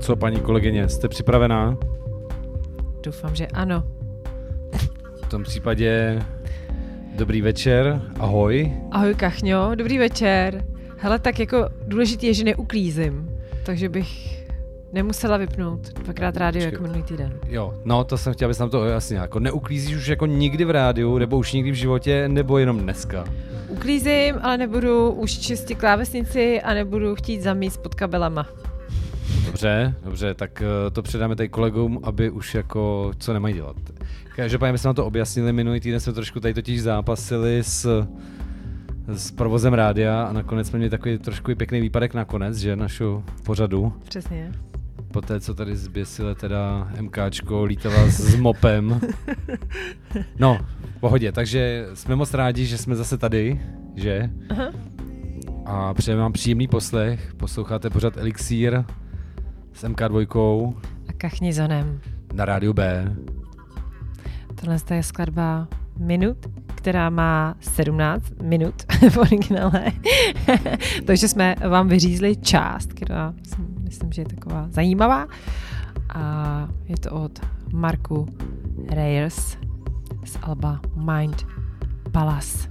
co, paní kolegyně, jste připravená? Doufám, že ano. V tom případě dobrý večer, ahoj. Ahoj Kachňo, dobrý večer. Hele, tak jako důležitý je, že neuklízím, takže bych nemusela vypnout 2x rádio jako minulý týden. Jo, no to jsem chtěl, abys nám to ujasnil. Jako neuklízíš už jako nikdy v rádiu, nebo už nikdy v životě, nebo jenom dneska? Uklízím, ale nebudu už čistit klávesnici a nebudu chtít zamíst pod kabelama. Dobře, tak to předáme tady kolegům, aby už jako co nemají dělat. Každopádně bychom to objasnili, minulý týden jsme trošku tady totiž zápasili s provozem rádia a nakonec jsme měli takový trošku pěkný výpadek nakonec, že našeho pořadu. Přesně. Poté, co tady zběsile teda MKčko lítala s mopem. No, v pohodě, takže jsme moc rádi, že jsme zase tady, že? Aha. A přejeme vám příjemný poslech, posloucháte pořad Elixír s MK2 a Kachnizonem na rádiu B. Tohle je skladba Minut, která má 17 minut v originále. Takže jsme vám vyřízli část, která myslím, že je taková zajímavá. A je to od Marku Reyes z alba Mind Palace.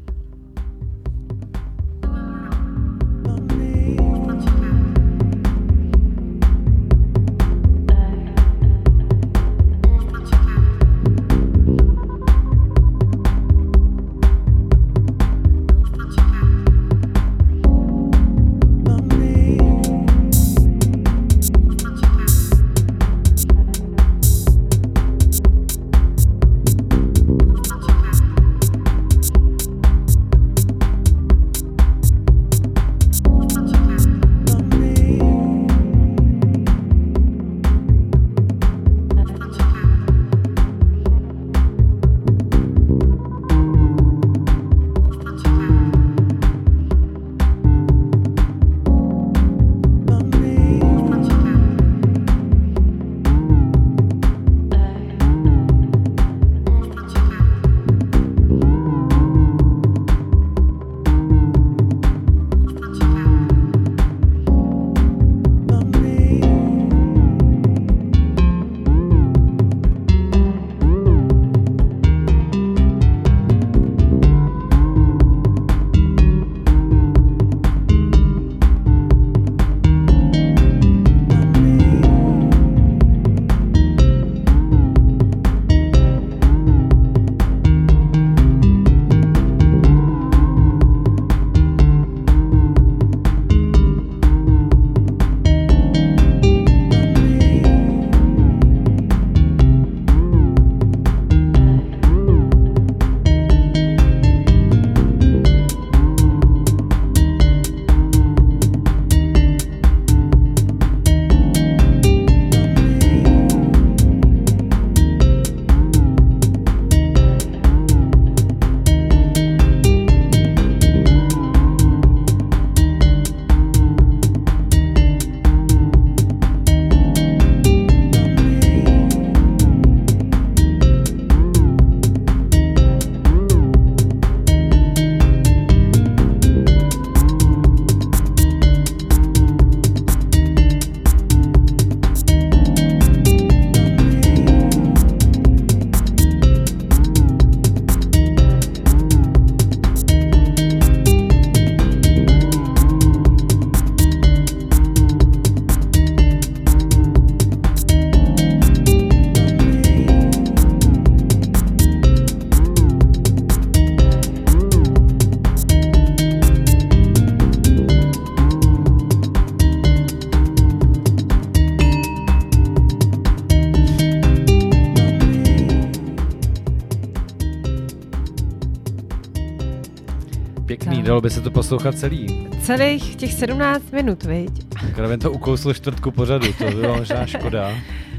Dalo by se to poslouchat celý. Celých těch 17 minut, viď? Kraven to ukouslo čtvrtku pořadu, to bylo možná škoda.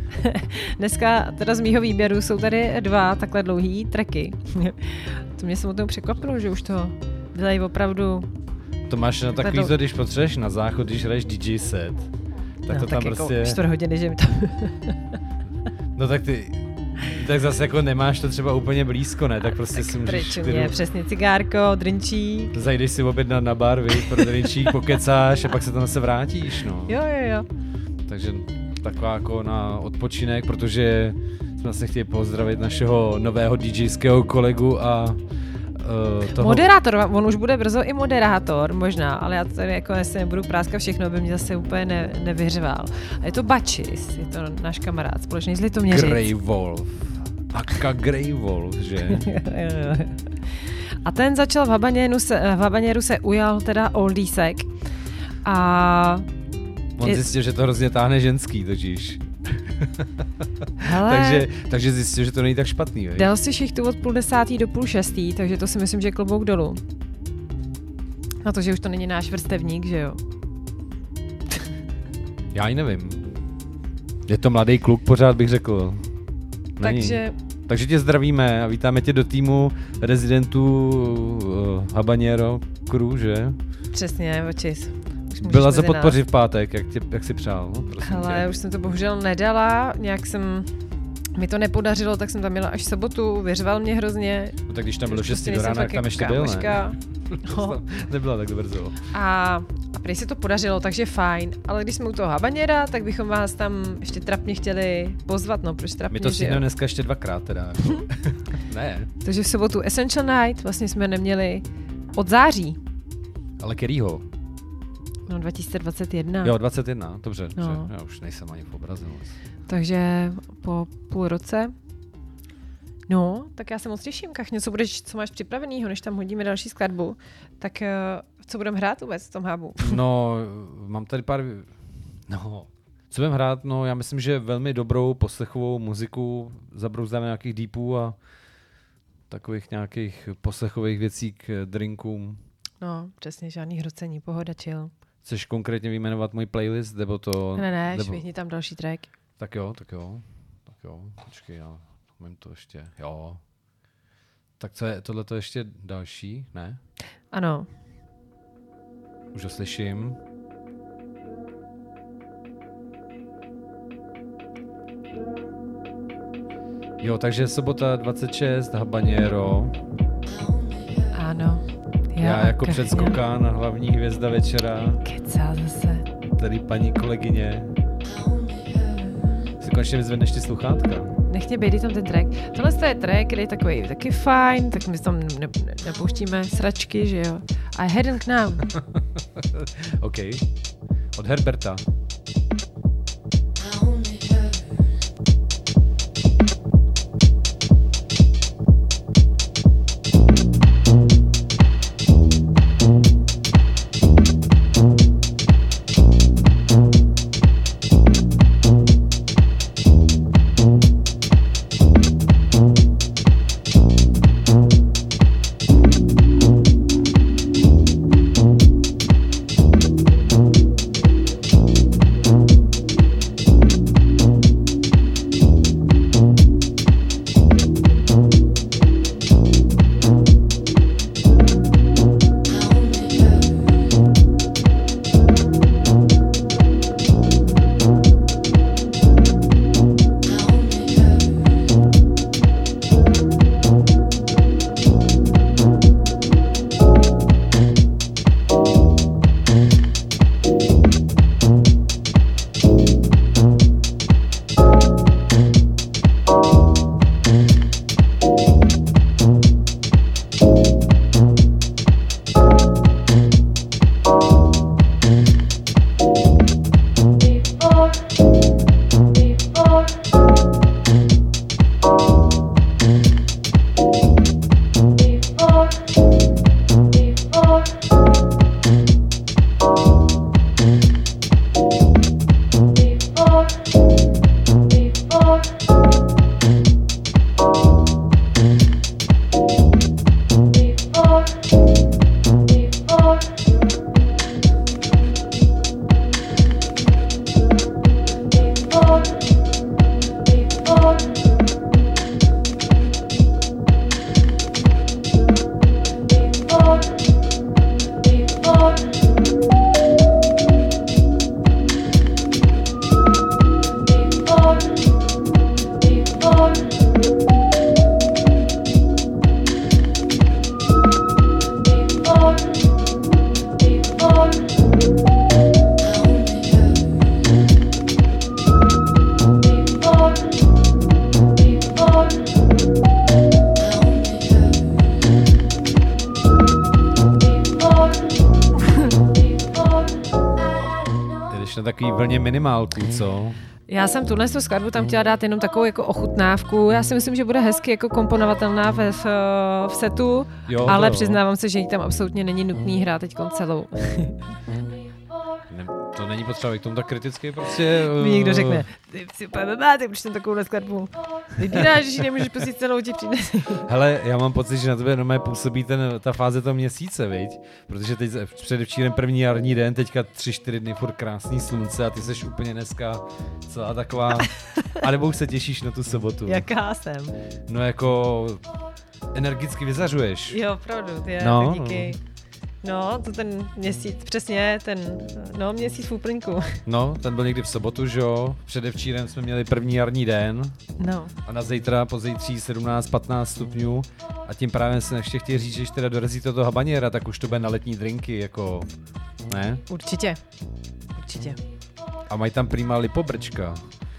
Dneska teda z mýho výběru jsou tady 2 takhle dlouhý tracky. To mě samotnou překvapilo, že už to dělají opravdu. To máš na takový to, když potřebuješ na záchod, když hraješ DJ set. Tak no, to tam tak prostě... jako 4 hodiny, že mi to... No tak ty... Tak zase jako nemáš to třeba úplně blízko, ne? Tak prostě tak si můžeš... Přesně cigárko, drnčík. Zajdeš si objednat na bar, pro drnčík, pokecáš a pak se tam zase vrátíš, no. Jo. Takže taková jako na odpočinek, protože jsme se chtěli pozdravit našeho nového DJského kolegu a toho... Moderátor, on už bude brzo i moderátor možná, ale já tady jako jestli nebudu práskat všechno, aby mě zase úplně nevyhřeval. A je to Bačis, je to náš kamarád společný z Litoměřic. Grey Wolf. Aka Grey Wolf, že? A ten začal v habaněru se ujal teda oldísek a... On zjistil, že to hrozně táhne ženský totiž. Hele, takže zjistil, že to není tak špatný. Dal si šichtu od 5:30 do 5:30, takže to si myslím, že je klobouk dolů. Na to, že už to není náš vrstevník, že jo? Já i nevím. Je to mladý kluk, pořád bych řekl. Není. Takže tě zdravíme a vítáme tě do týmu rezidentů Habanero Crew, že? Přesně, Očis. Byla za podpoři v pátek, jak jsi přál. No, hele, už jsem to bohužel nedala, nějak mi to nepodařilo, tak jsem tam měla až sobotu, vyřval mě hrozně. No tak když tam bylo 6 do rána, tak tam ještě byl, ne? No. Nebyla tak brzo. A prý se to podařilo, takže fajn. Ale když jsme u toho habaněra, tak bychom vás tam ještě trapně chtěli pozvat, no proč trapně, my to stihneme dneska ještě 2krát teda. Ne. Takže v sobotu Essential Night vlastně jsme neměli od září. Ale kterýho? No 2021. Jo, 21, dobře. No. Já už nejsem ani v obraze. Takže po půl roce. No, tak já se moc těším, Kachně, co máš připravenýho, než tam hodíme další skladbu. Tak co budeme hrát vůbec v tom hubu? No, mám tady co budeme hrát? No, já myslím, že velmi dobrou poslechovou muziku, zabrouzdáme nějakých deepů a takových nějakých poslechových věcí k drinkům. No, přesně, žádný hrocení, pohoda, chill. Chceš konkrétně vyjmenovat můj playlist, nebo to... Ne, švihni tam další track. Tak jo. Počkej, já mám to ještě, jo. Tak co je, tohle to ještě další, ne? Ano. Už ho slyším. Jo, takže sobota 26, Habanero. Ano. Já jako předskokán a hlavní hvězda večera. Kecá zase. Tady paní kolegyně. Si konečně vyzvedneš ty sluchátka. Nech mě bejdi tam ten track. Tohle je track, který je takový taky fajn, tak my tam nepouštíme sračky, že jo. I hadn't now. OK. Od Herberta. takový vlně minimálků, co? Já jsem tuhle skladbu tam chtěla dát jenom takovou jako ochutnávku. Já si myslím, že bude hezky jako komponovatelná v setu, jo, ale přiznávám se, že jí tam absolutně není nutný hrát teď celou. To není potřeba, k tomu tak kriticky prostě... Mi někdo řekne, ty si úplně máte, proč tam takovou skladbu vybíráš, že nemůžeš pustit celou, ti přijde. Hele, já mám pocit, že na tebe normálně působí ta fáze toho měsíce, viď? Protože teď předevčírem první jarní den, teďka 3-4 dny furt krásný slunce a ty seš úplně dneska celá taková... A nebo už se těšíš na tu sobotu. Jaká jsem? No jako energicky vyzařuješ. Jo, opravdu, tak díky. No, to ten měsíc, přesně, měsíc v úplňku. No, ten byl někdy v sobotu, že jo? Předevčírem jsme měli první jarní den. No. A na zítra, pozítří 17-15 stupňů. A tím právě jsem ještě chtěl říct, že když teda dorazí toho habaněra, tak už to bude na letní drinky, jako, ne? Určitě. A mají tam prýma lipobrčka.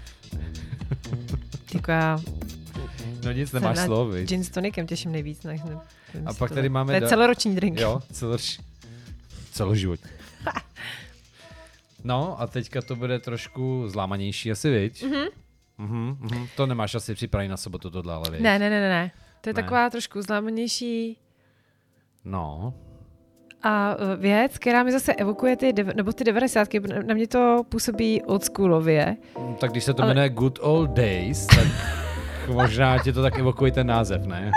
Jako já... No nic, nemáš slovo, viď? Gin s tonikem těším nejvíc. A pak tady máme... To je celoroční drink. Jo, celoživotní. No a teďka to bude trošku zlámanější asi, viď? Mhm. To nemáš asi připravený na sobotu tohle, ale viď? Ne. To je taková trošku zlámanější... No. A věc, která mi zase evokuje ty 90ky, na mě to působí oldschoolově. Tak když se to jmenuje Good Old Days, tak možná tě to tak evokuje ten název, ne?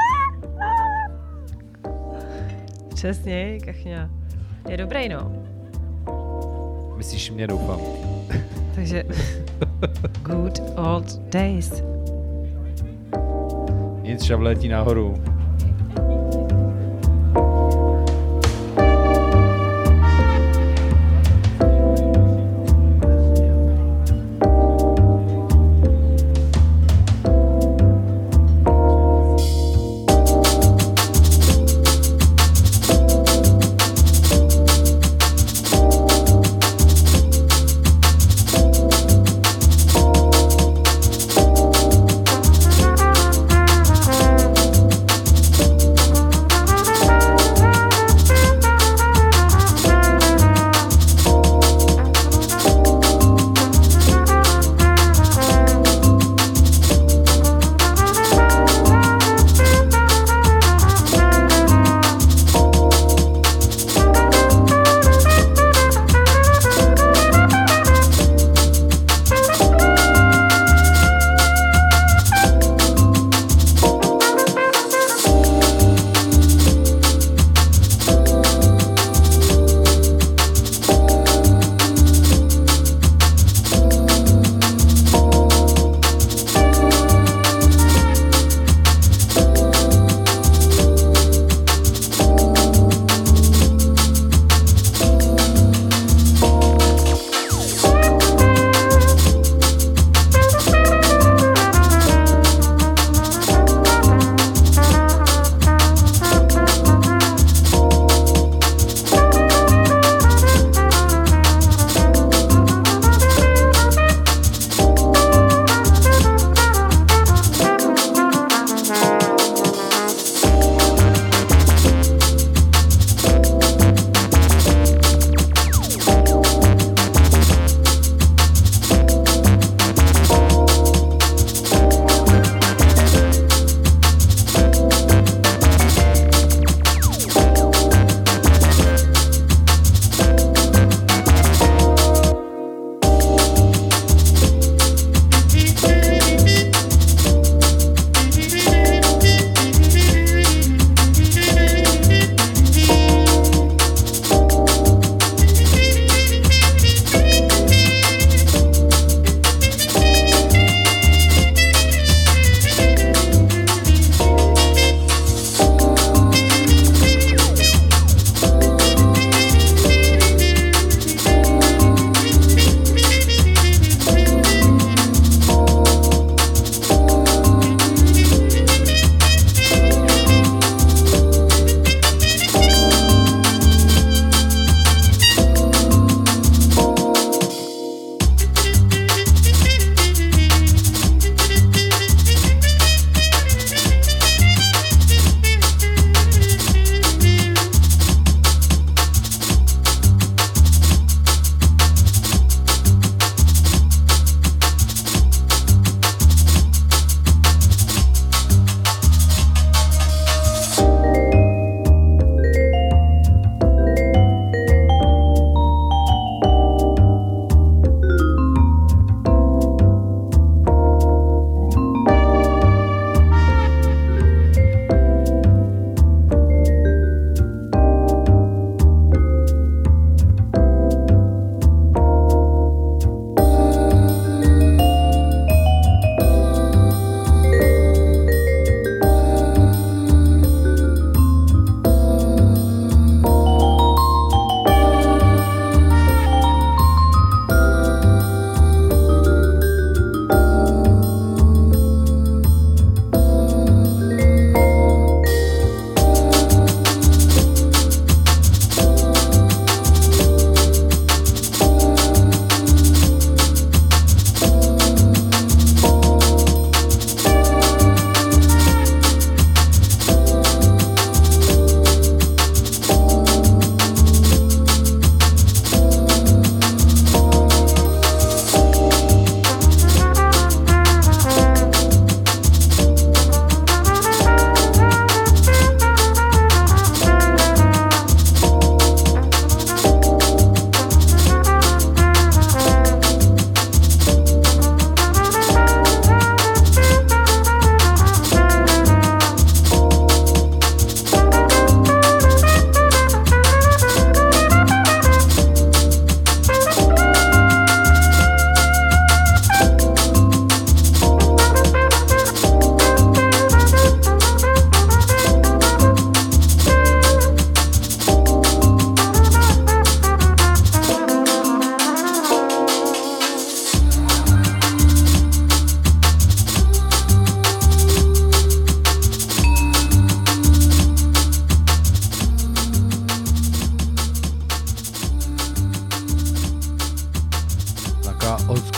Přesně, kachňa. Je dobrý, no. Myslíš mě, doufám. Takže Good Old Days. Nic, šavletí nahoru.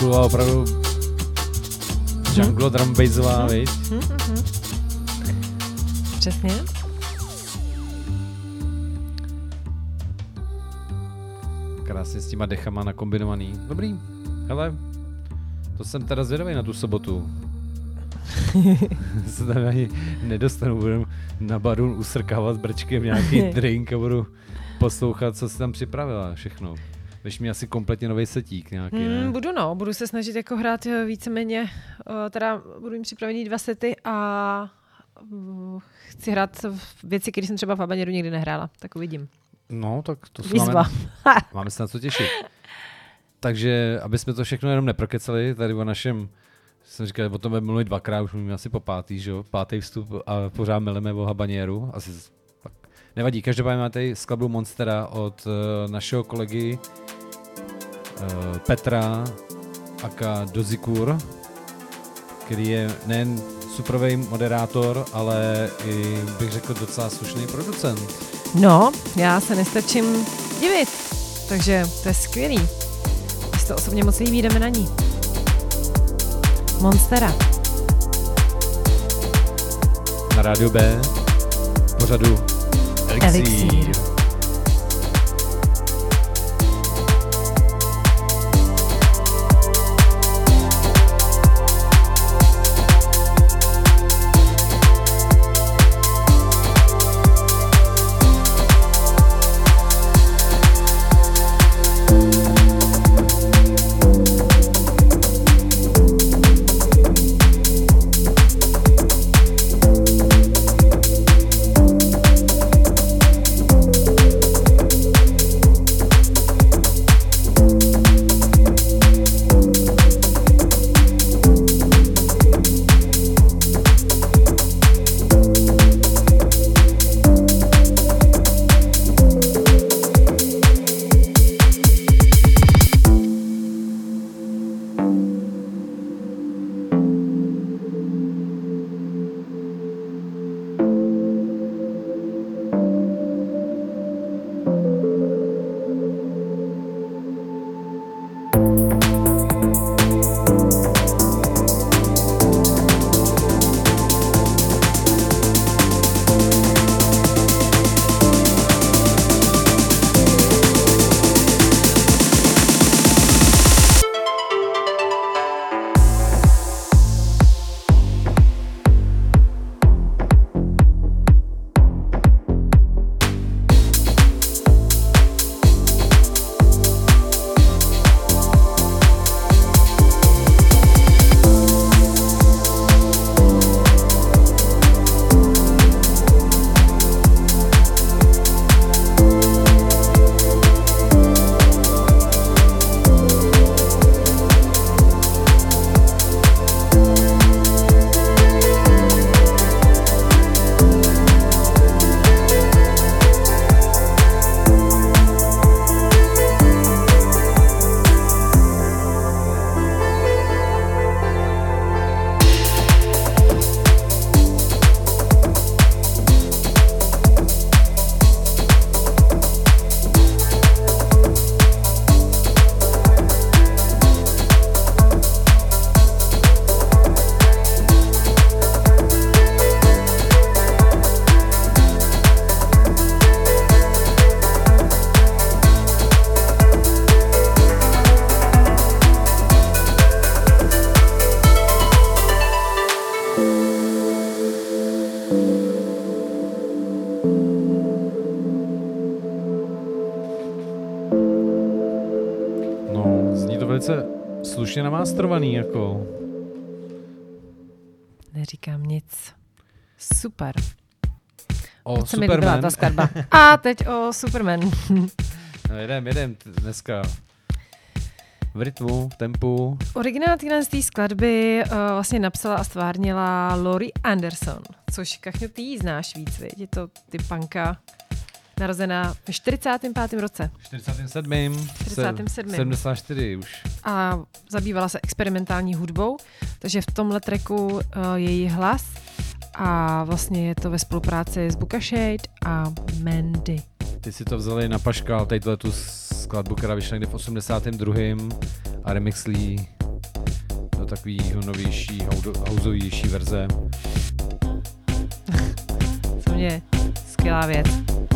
oldschool a opravdu jungle drum bassová, viď? Přesně. Krásně s těma dechama nakombinovaný. Dobrý, hele, to jsem teda zvědavý na tu sobotu. Se tam ani nedostanu, budu na baru usrkávat brčkem nějaký drink a budu poslouchat, co jsi tam připravila všechno. Budeš mi asi kompletně nový setík nějaký, ne? Budu se snažit jako hrát víceméně, teda budu jim připravený 2 sety a chci hrát věci, které jsem třeba v habaněru nikdy nehrála, tak uvidím. No, tak to máme se na co těšit. Takže, aby jsme to všechno jenom neprokecali, tady o našem, jsem říkal, o tom budeme mluvit 2krát, už mluvíme asi po 5., že jo, 5. vstup a pořád meleme o habaněru, asi tak. Nevadí, každopádně máte skladbu Monstera od našeho kolegy Petra aka Dozikur, který je nejen superový moderátor, ale i bych řekl docela slušný producent. No, já se nestačím divit, takže to je skvělý. Když to osobně moc líbí, jdeme na ní. Monstera. Na Rádiu B, pořadu Elixír. velice slušně namástrovaný, jako. Neříkám nic. Super. O se mi líbila ta skladba. A teď o Superman. No, jedem dneska. V rytmu, v tempu. Originál té skladby vlastně napsala a stvárnila Laurie Anderson, což Kachňo, ty jí znáš víc, viď? Je to ty punka, narozená v 45. roce. 47. 74 už. A zabývala se experimentální hudbou, takže v tomhle tracku její hlas a vlastně je to ve spolupráci s Buka Shade a Mandy. Ty si to vzali na paškal, tadyhle tu skladbu, která vyšla někde v 82. a remixlí do takového novější, houzovější verze. Co mě? Skvělá věc.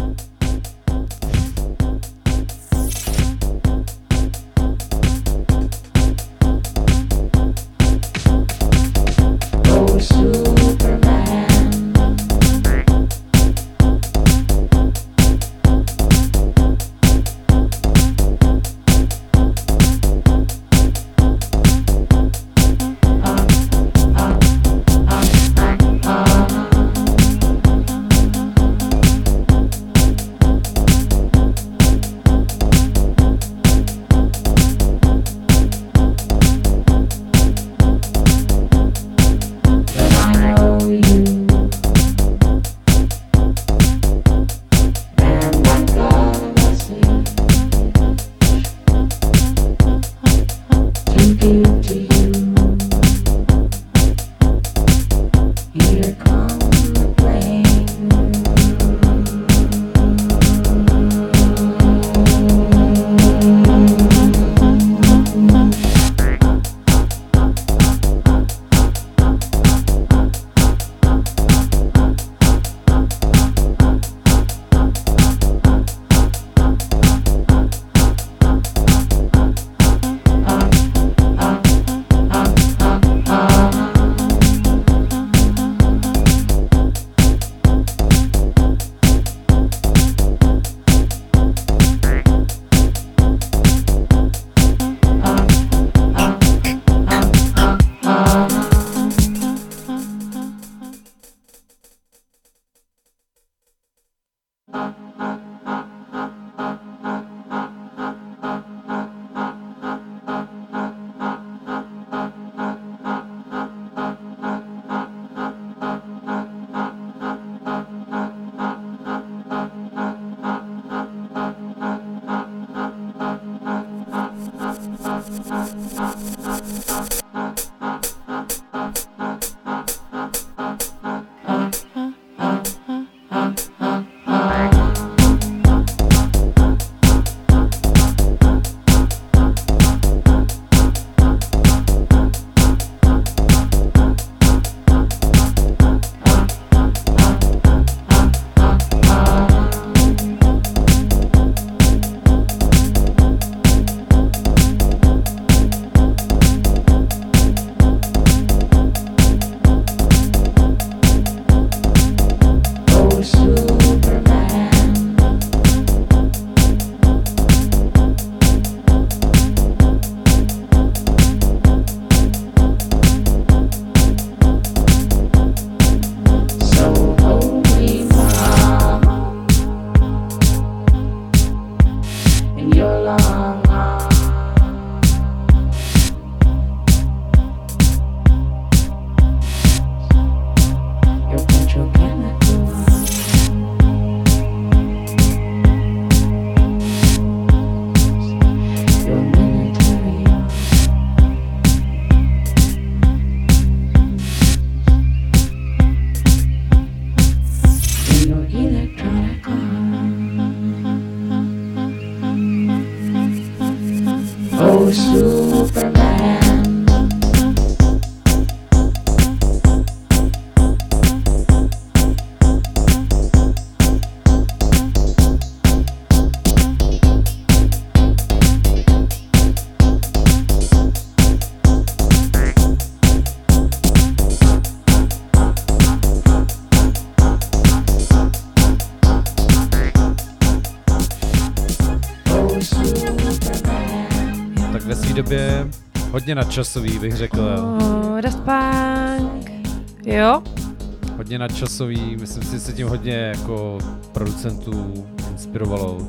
Době hodně nadčasový, bych řekl. Daft Punk. Jo? Hodně nadčasový, myslím si, že se tím hodně jako producentů inspirovalo.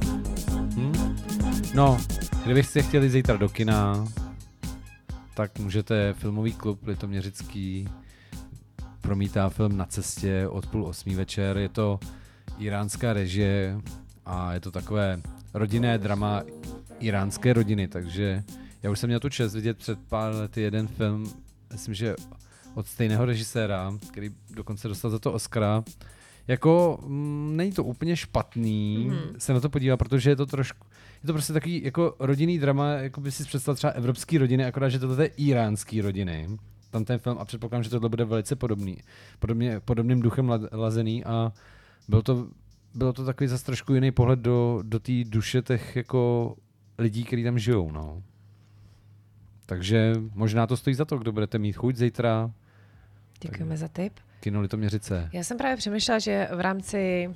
No, kdybyste chtěli zítra do kina, tak můžete, Filmový klub Litoměřický promítá film Na cestě od 7:30 večer. Je to iránská režie a je to takové rodinné drama iránské rodiny, takže já už jsem měl tu čest vidět před pár lety jeden film, myslím, že od stejného režiséra, který dokonce dostal za to Oscara. jako není to úplně špatný se na to podívat, protože je to trošku, je to prostě takový jako rodinný drama, jako by si představil třeba evropský rodiny, akorát, že tohle je iránský rodiny. Tam ten film a předpokládám, že tohle bude velice podobným duchem lazený a bylo to takový zase trošku jiný pohled do té duše těch jako lidí, kteří tam žijou, no. Takže možná to stojí za to, kdo budete mít chuť zítra. Děkujeme za tip. Kino Litoměřice. Já jsem právě přemýšlela, že v rámci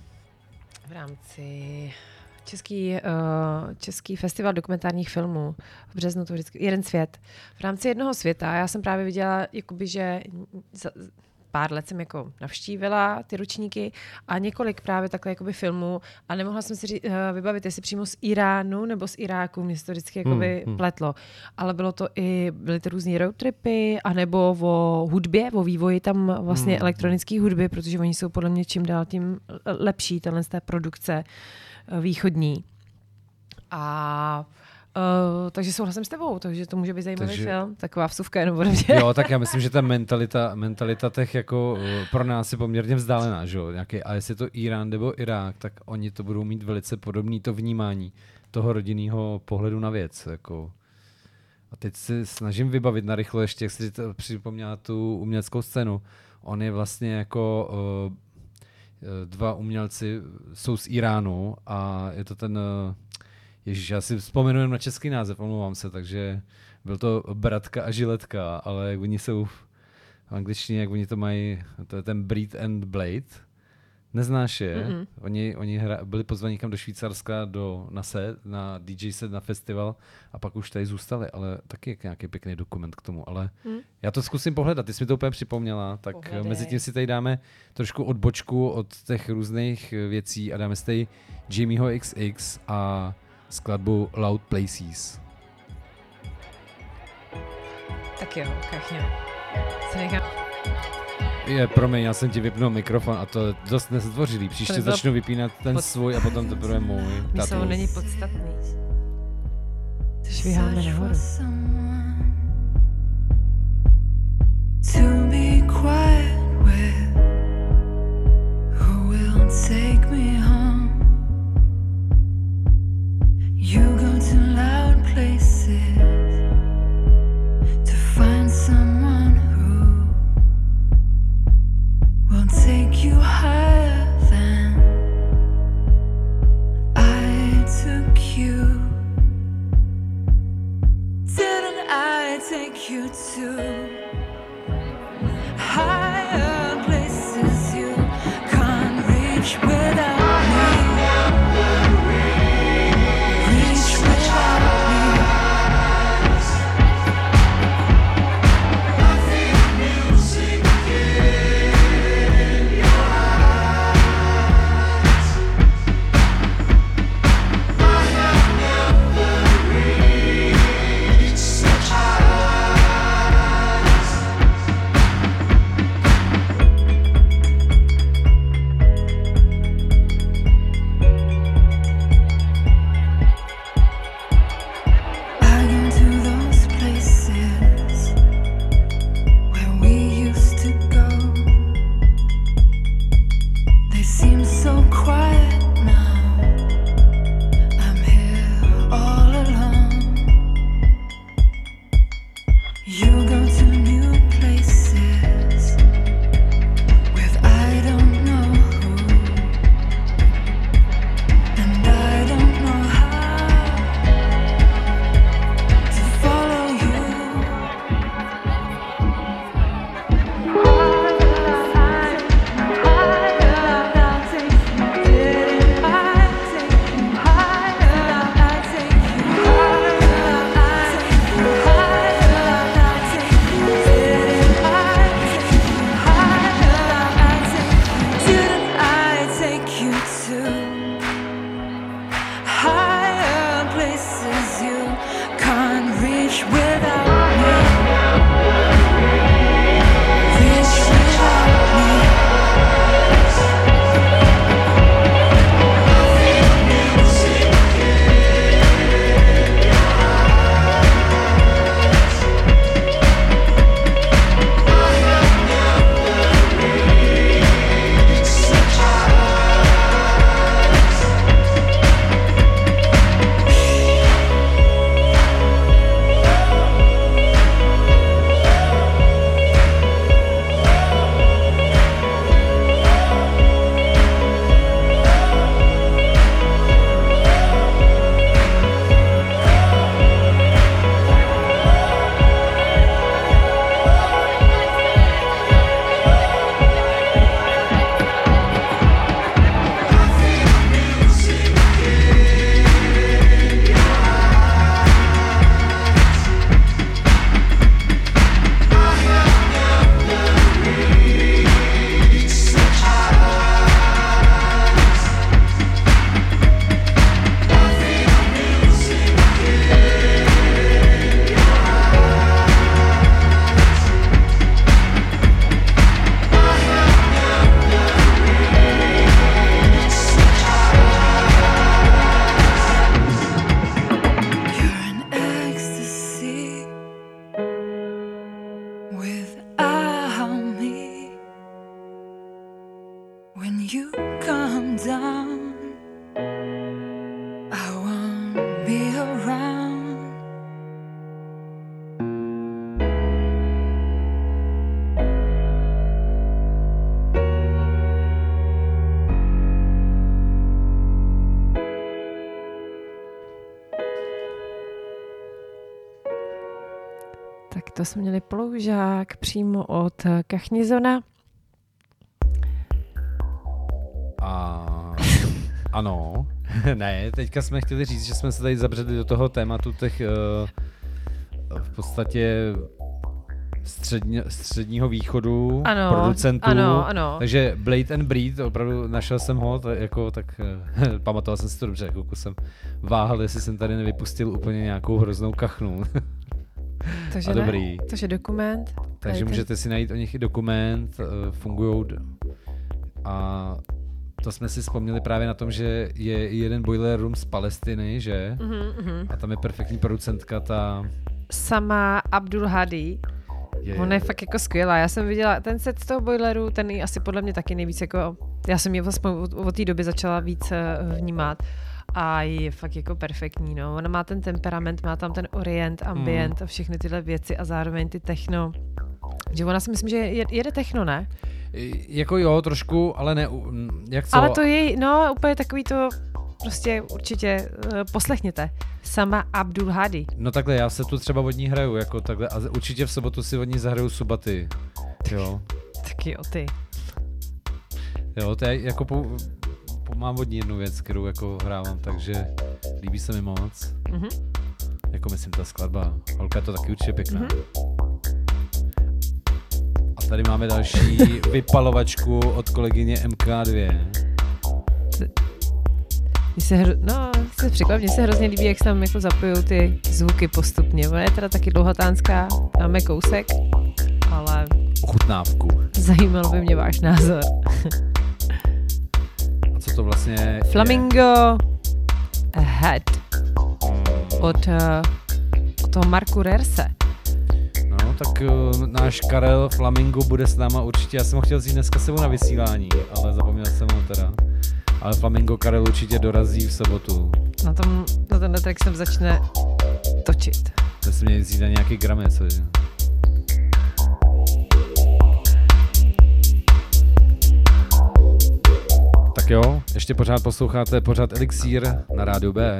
Český festival dokumentárních filmů v březnu, to vždycky jeden svět. V rámci jednoho světa já jsem právě viděla, jakoby, že pár let jsem jako navštívila ty ručníky a několik právě takhle jakoby filmů a nemohla jsem si vybavit, jestli přímo z Iránu nebo z Iráku, mě se to vždycky jakoby pletlo. Ale byly to různý roadtripy, anebo o hudbě, o vývoji tam vlastně elektronické hudby, protože oni jsou podle mě čím dál tím lepší, z té produkce východní. A takže souhlasím s tebou, takže to může být zajímavý film, taková vsuvka jenom ode mě. Jo, tak já myslím, že ta mentalita těch jako pro nás je poměrně vzdálená, že jo, a jestli je to Irán nebo Irák, tak oni to budou mít velice podobný to vnímání toho rodinného pohledu na věc, jako. A teď si snažím vybavit narychlo ještě, jak si to připomněla tu uměleckou scénu. On je vlastně jako dva umělci jsou z Iránu a je to ten Ježíš, já si vzpomenu jen na český název, omlouvám se, takže byl to Bratka a Žiletka, ale jak oni jsou v angličtině, jak oni to mají, to je ten Breed and Blade. Neznáš je? Oni byli pozvaní kam do Švýcarska na DJ set, na festival a pak už tady zůstali, ale taky je nějaký pěkný dokument k tomu, ale já to zkusím pohledat, ty jsi mi to úplně připomněla, tak mezi tím si tady dáme trošku odbočku od těch různých věcí a dáme si tady Jimmyho XX a skladbu Loud Places. Tak jo, kachně. Promiň, já jsem ti vypnul mikrofon a to je dost nezdvořilý. Příště začnu vypínat ten svůj a potom to bude můj. To není podstatný. Šviháme nahoru. To be quiet with who will take me home. You go to loud places to find someone who will take you higher than I took you. Didn't I take you to come down, I won't be around. Tak to jsme měli Ploužák přímo od Kachnizona. Ano, ne, teďka jsme chtěli říct, že jsme se tady zabředli do toho tématu těch v podstatě středního východu, ano, producentů. Ano. Takže Blade and Breed, opravdu našel jsem ho, tak pamatoval jsem si to dobře, jako jsem váhal, jestli jsem tady nevypustil úplně nějakou hroznou kachnu. Takže a dobrý. Takže dokument. Takže můžete si najít o nich i dokument, fungujou a to jsme si vzpomněli právě na tom, že je jeden boiler room z Palestiny, že? Mm-hmm. A tam je perfektní producentka ta... Sama Abdul Hadi. Ona je fakt jako skvělá. Já jsem viděla ten set z toho boileru, ten je asi podle mě taky nejvíc jako... Já jsem ji vlastně od té doby začala víc vnímat. A je fakt jako perfektní, no. Ona má ten temperament, má tam ten orient, ambient a všechny tyhle věci a zároveň ty techno. Že ona si myslím, že jede techno, ne? Jako jo, trošku, ale ne, jak co? Ale to je, no, úplně takový to, prostě určitě poslechněte. Sama Abdul Hadi. No takhle, já se tu třeba od ní hraju, jako takhle, a určitě v sobotu si od ní zahraju Subaty, jo. Taky jo, ty. Jo, to je jako mám od ní jednu věc, kterou jako hrávám, takže líbí se mi moc. Mm-hmm. Jako myslím ta skladba, holka je to taky určitě pěkná. Mm-hmm. A tady máme další vypalovačku od kolegyně MK2. Mně se hrozně líbí, jak se tam jako zapojou ty zvuky postupně. Ona je teda taky dlouhatánská, máme kousek, ale... Ochutnávku. Zajímal by mě váš názor. A co to vlastně Flamingo Head od toho Marku Rerse. No, tak náš Karel Flamingo bude s náma určitě. Já jsem ho chtěl vzít dneska sebou na vysílání, ale zapomněl jsem ho teda. Ale Flamingo Karel určitě dorazí v sobotu. Na tenhle track jsem začne točit. To si měli vzít na nějaký gramec, cože? Tak jo, ještě pořád posloucháte pořád Elixír na Rádiu B.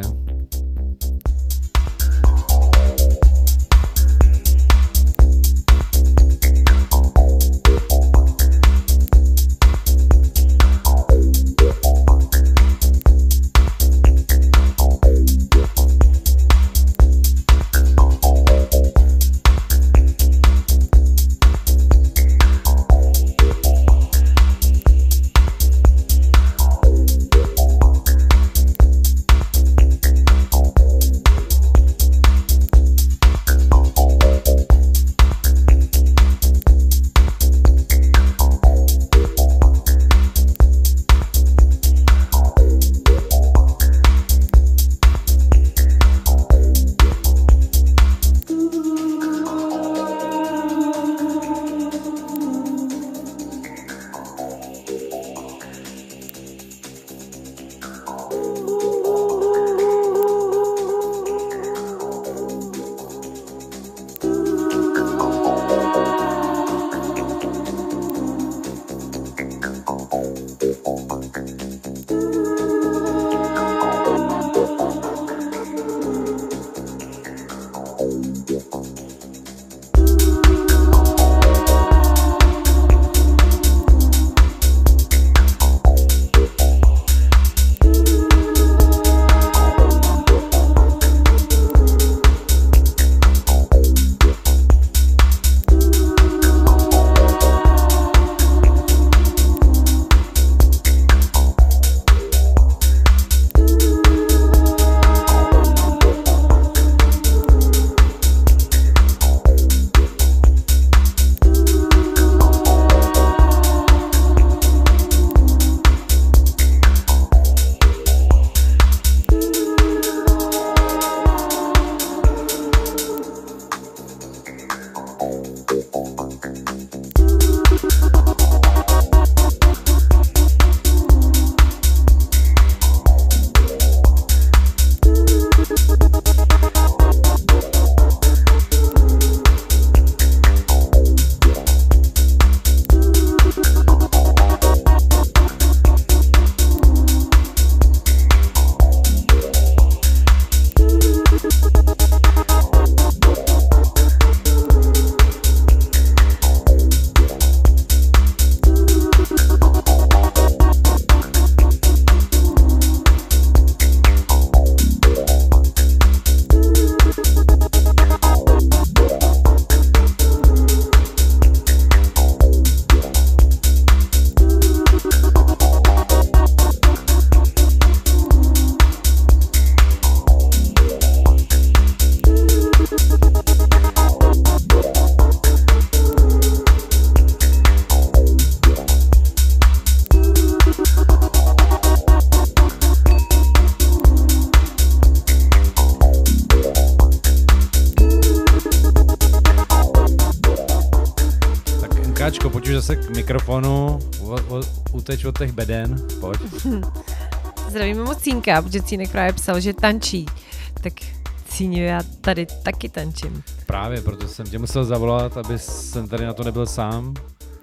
pojď už zase k mikrofonu, uteč od těch beden, pojď. Zdravíme moc Cínka, protože Cínek právě psal, že tančí. Tak Cíňo, já tady taky tančím. Právě, protože jsem tě musel zavolat, aby jsem tady na to nebyl sám.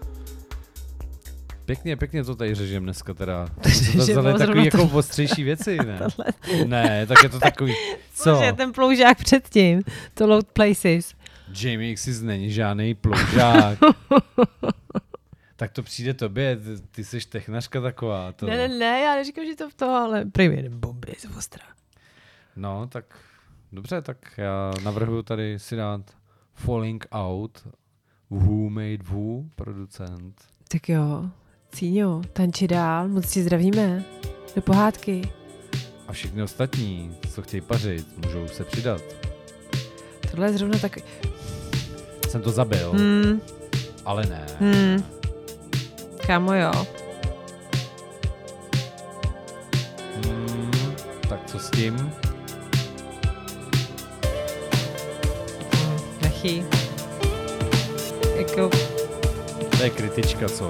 Pěkně to tady řežem dneska teda. To je takový jako ostřejší věci, ne? Ne, tak je to takový, co? Bože, ten ploužák předtím, to Load Places. Jamie X's není žádný ploužák. Tak to přijde tobě, ty jsi technařka taková. To... Ne, já neříkám, že to ale prý jeden bomby z ostra. No, tak dobře, tak já navrhuji tady si dát Falling Out, Who Made Who, producent. Tak jo, Cíňo, tanči dál, moc ti zdravíme, do pohádky. A všichni ostatní, co chtějí pařit, můžou se přidat. Tohle je zrovna takový... Jsem to zabil, ale ne. Kámo, jo. Tak co s tím? Nechy. Jako... To je kritička, co?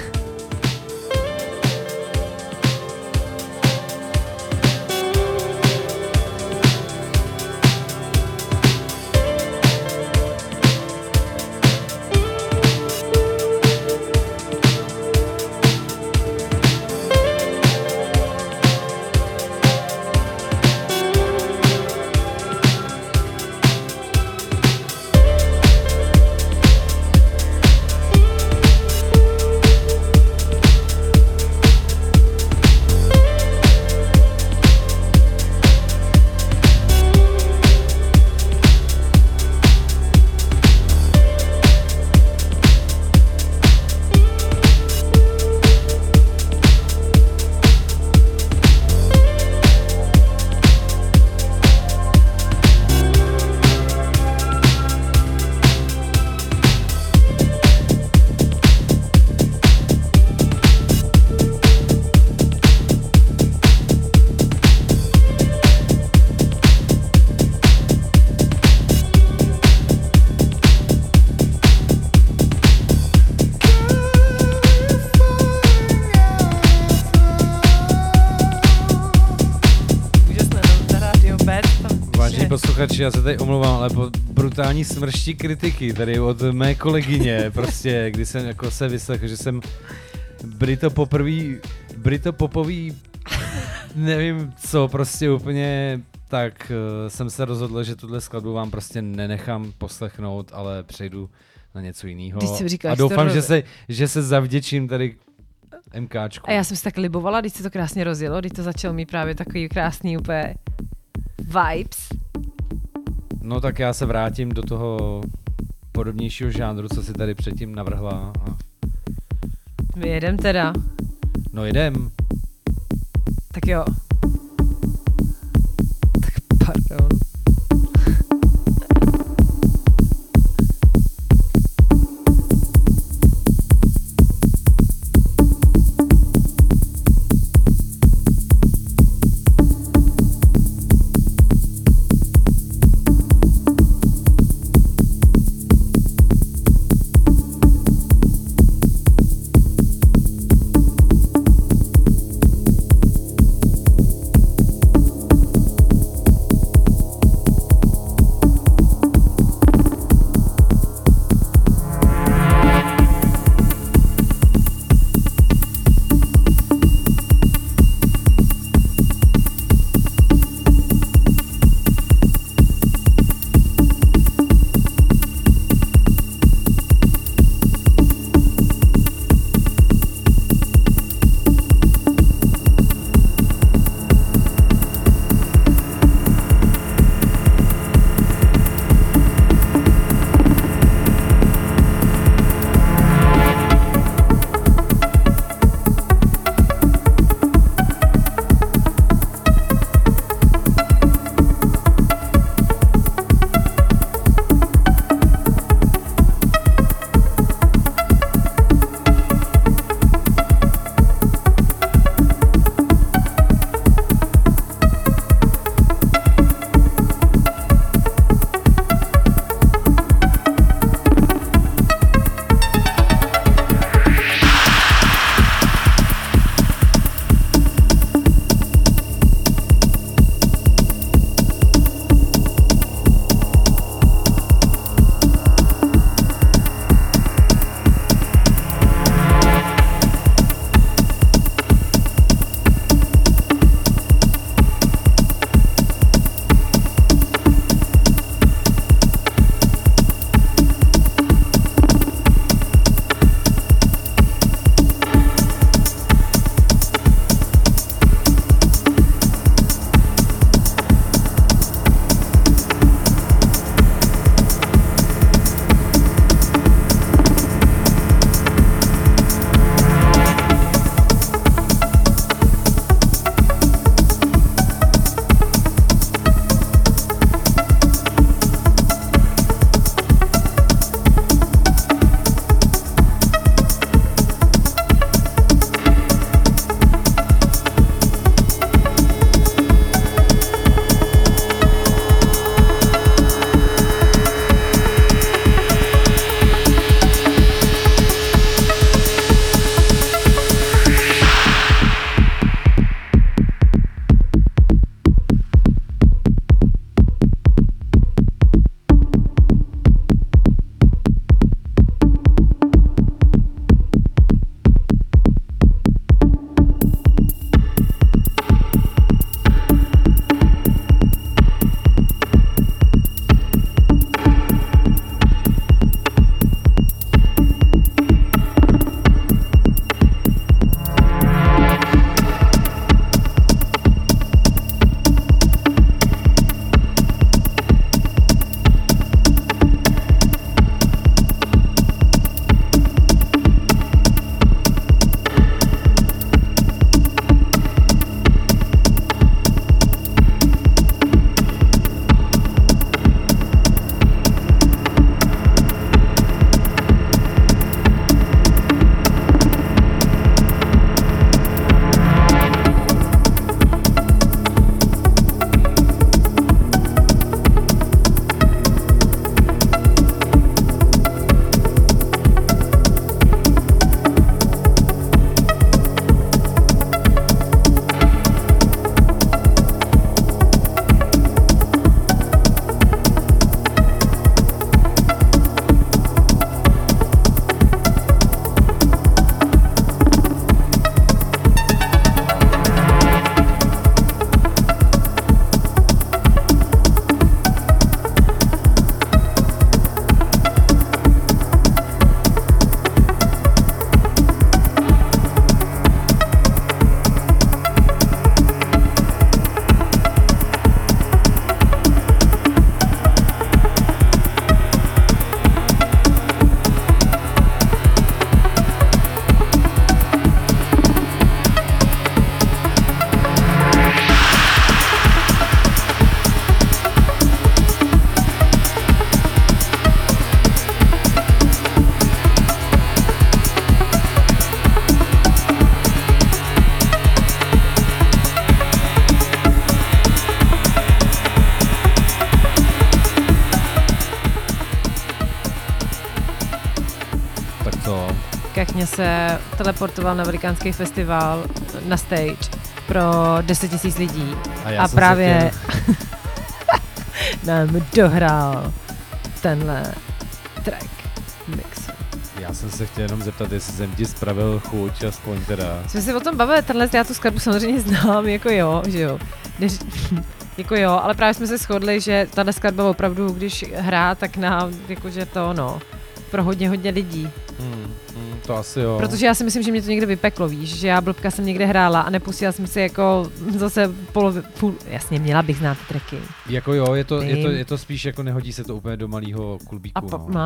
Já se tady omlouvám, ale po brutální smrští kritiky tady od mé kolegyně, prostě, kdy jsem jako se vyslechl, že jsem britopopový, nevím co, prostě úplně, tak jsem se rozhodl, že tuhle skladbu vám prostě nenechám poslechnout, ale přejdu na něco jiného. A doufám, že se zavděčím tady MKčku. A já jsem si tak libovala, když se to krásně rozjelo, když to začalo mít právě takový krásný úplně vibes. No tak já se vrátím do toho podobnějšího žánru, co si tady předtím navrhla. My jedem teda. No jedem. Tak jo. Tak pardon. Kně se teleportoval na velikánský festival na stage pro 10 000 lidí. A právě nám dohrál tenhle track mix. Já jsem se chtěl jenom zeptat, jestli jsem ti spravil chuť, aspoň teda. Jsme si o tom bavili, já tu skladbu samozřejmě znám, jako jo, že jo. Jako jo, ale právě jsme se shodli, že tahle skladba opravdu, když hrá, tak jakože to, pro hodně lidí. To asi jo. Protože já si myslím, že mě to někde vypeklo, víš, že já blbka jsem někde hrála a nepustila jsem si jako zase jasně, měla bych znát ty tracky. Jako jo, je to spíš jako nehodí se to úplně do malého klubíku.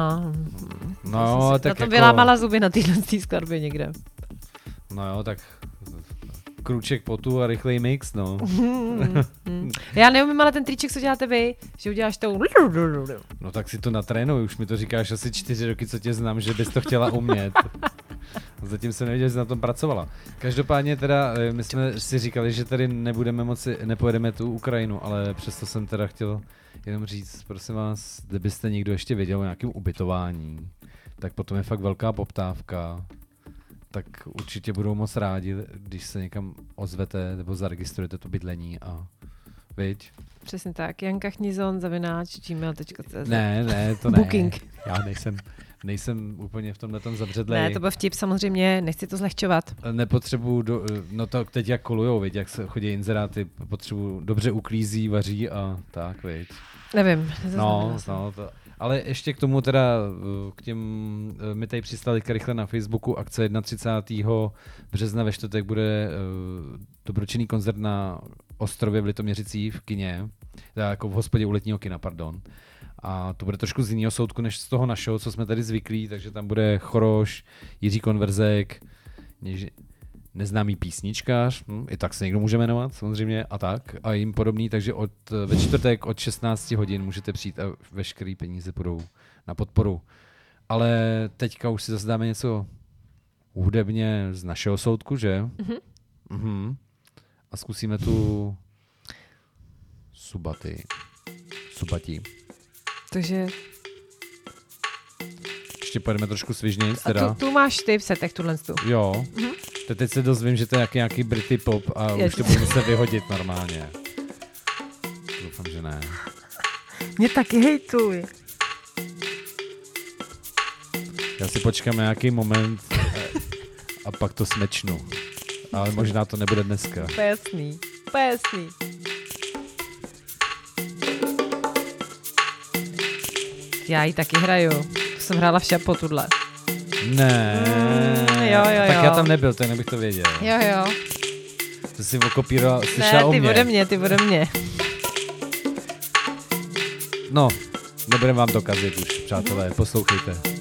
Tak jako vylámala zuby na téhle skladbě někde. No jo, tak krůček potu a rychlej mix, no. Já neumím, ale ten triček, co děláte vy, že uděláš tou... No tak si to natrénuj, už mi to říkáš asi 4 roky, co tě znám, že bys to chtěla umět. Zatím jsem nevěděl, že jsi na tom pracovala. Každopádně teda, my jsme si říkali, že tady nepojedeme tu Ukrajinu, ale přesto jsem teda chtěl jenom říct, prosím vás, kdybyste někdo ještě věděl o nějakém ubytování, tak potom je fakt velká poptávka. Tak určitě budou moc rádi, když se někam ozvete nebo zaregistrujete to bydlení a viď? Přesně tak, jankachnízon@gmail.cz. Ne, to ne. Booking. Já nejsem úplně v tomhletom zabředlej. Ne, to byl vtip, samozřejmě, nechci to zlehčovat. Nepotřebuju, no to teď jak kolujou, viď, jak se chodí inzeráty, potřebuju, dobře uklízí, vaří a tak, viď. Nevím. Ale ještě k tomu teda, my tady přistali rychle na Facebooku, akce 31. března ve čtvrtek bude dobročinný koncert na ostrově v Litoměřicích v kině, jako v hospodě u letního kina, pardon. A to bude trošku z jiného soudku, než z toho našeho, co jsme tady zvyklí, takže tam bude Choroš, Jiří Konverzek, neznámý písničkář, i tak se někdo může jmenovat samozřejmě a tak a jim podobný, takže ve čtvrtek od 16 hodin můžete přijít a veškerý peníze půjdou na podporu. Ale teďka už si zase dáme něco hudebně z našeho soudku, že? Mhm. A zkusíme tu Subati. Takže... Ještě pojedeme trošku svižnějc teda. A tu máš ty v setech, tuhle tu. Jo. Teď se dozvím, že to je nějaký Britty pop a už to budu muset vyhodit normálně. Doufám, že ne. Mě taky hejtuj. Já si počkám nějaký moment a pak to smečnu. Ale možná to nebude dneska. Pesný. Já ji taky hraju. To jsem hrála v šapo tudle. Ne. Jo. Tak já tam nebyl, tak nebych to věděl. Jo. To si okopíroval, slyšela o mě. Ne, ty ode mě. No, nebudem vám dokazit už, přátelé, poslouchejte.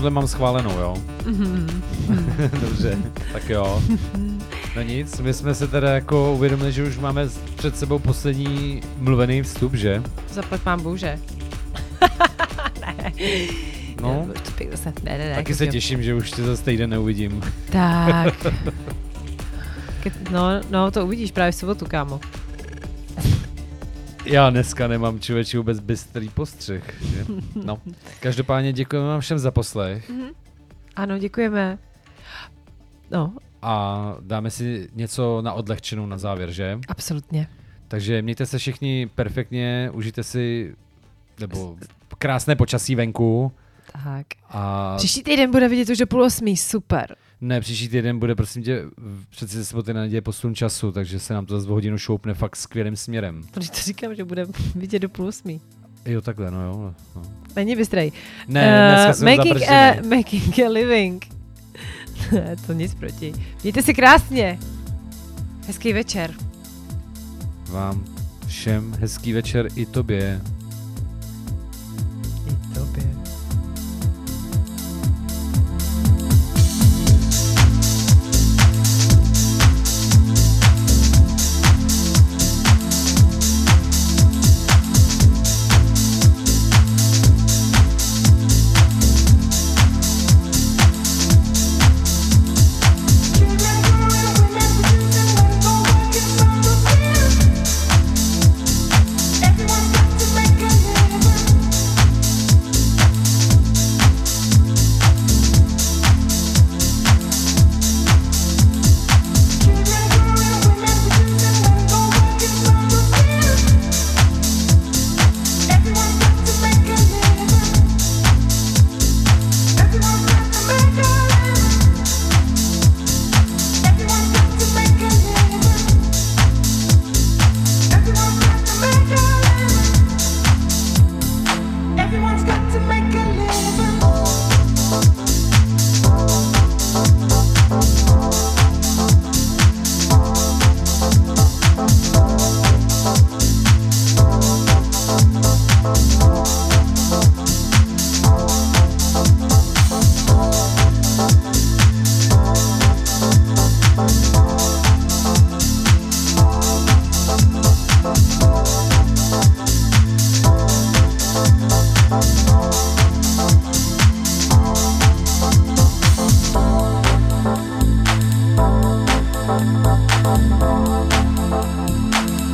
tohle mám schválenou, jo? Dobře, tak jo. No nic, my jsme se teda jako uvědomili, že už máme před sebou poslední mluvený vstup, že? Zaplať pán bože. Ne. No, Ne, taky se těším, že už tě zase týden neuvidím. Tak. No, to uvidíš právě v sobotu, kámo. Já dneska nemám, člověči, vůbec bystrý postřeh. Že? No, každopádně děkujeme vám všem za poslech. Ano, děkujeme. No. A dáme si něco na odlehčenou na závěr, že? Absolutně. Takže mějte se všichni perfektně, užijte si, nebo krásné počasí venku. Tak. A příští týden bude vidět už do 7:30, super. ne, příští týden bude, prosím tě, přeci se soboty na neděli posun času, takže se nám to zase o hodinu šoupne fakt skvělým směrem. Protože to říkám, že bude vidět do 7:30. Jo, takhle, no jo. No. Není bystrej. Ne, dneska jsem zabržděný. Making a living. To nic proti. Mějte se krásně. Hezký večer. Vám všem hezký večer i tobě. I tobě.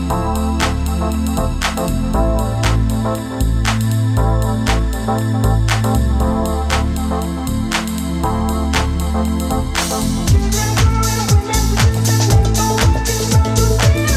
Thank you.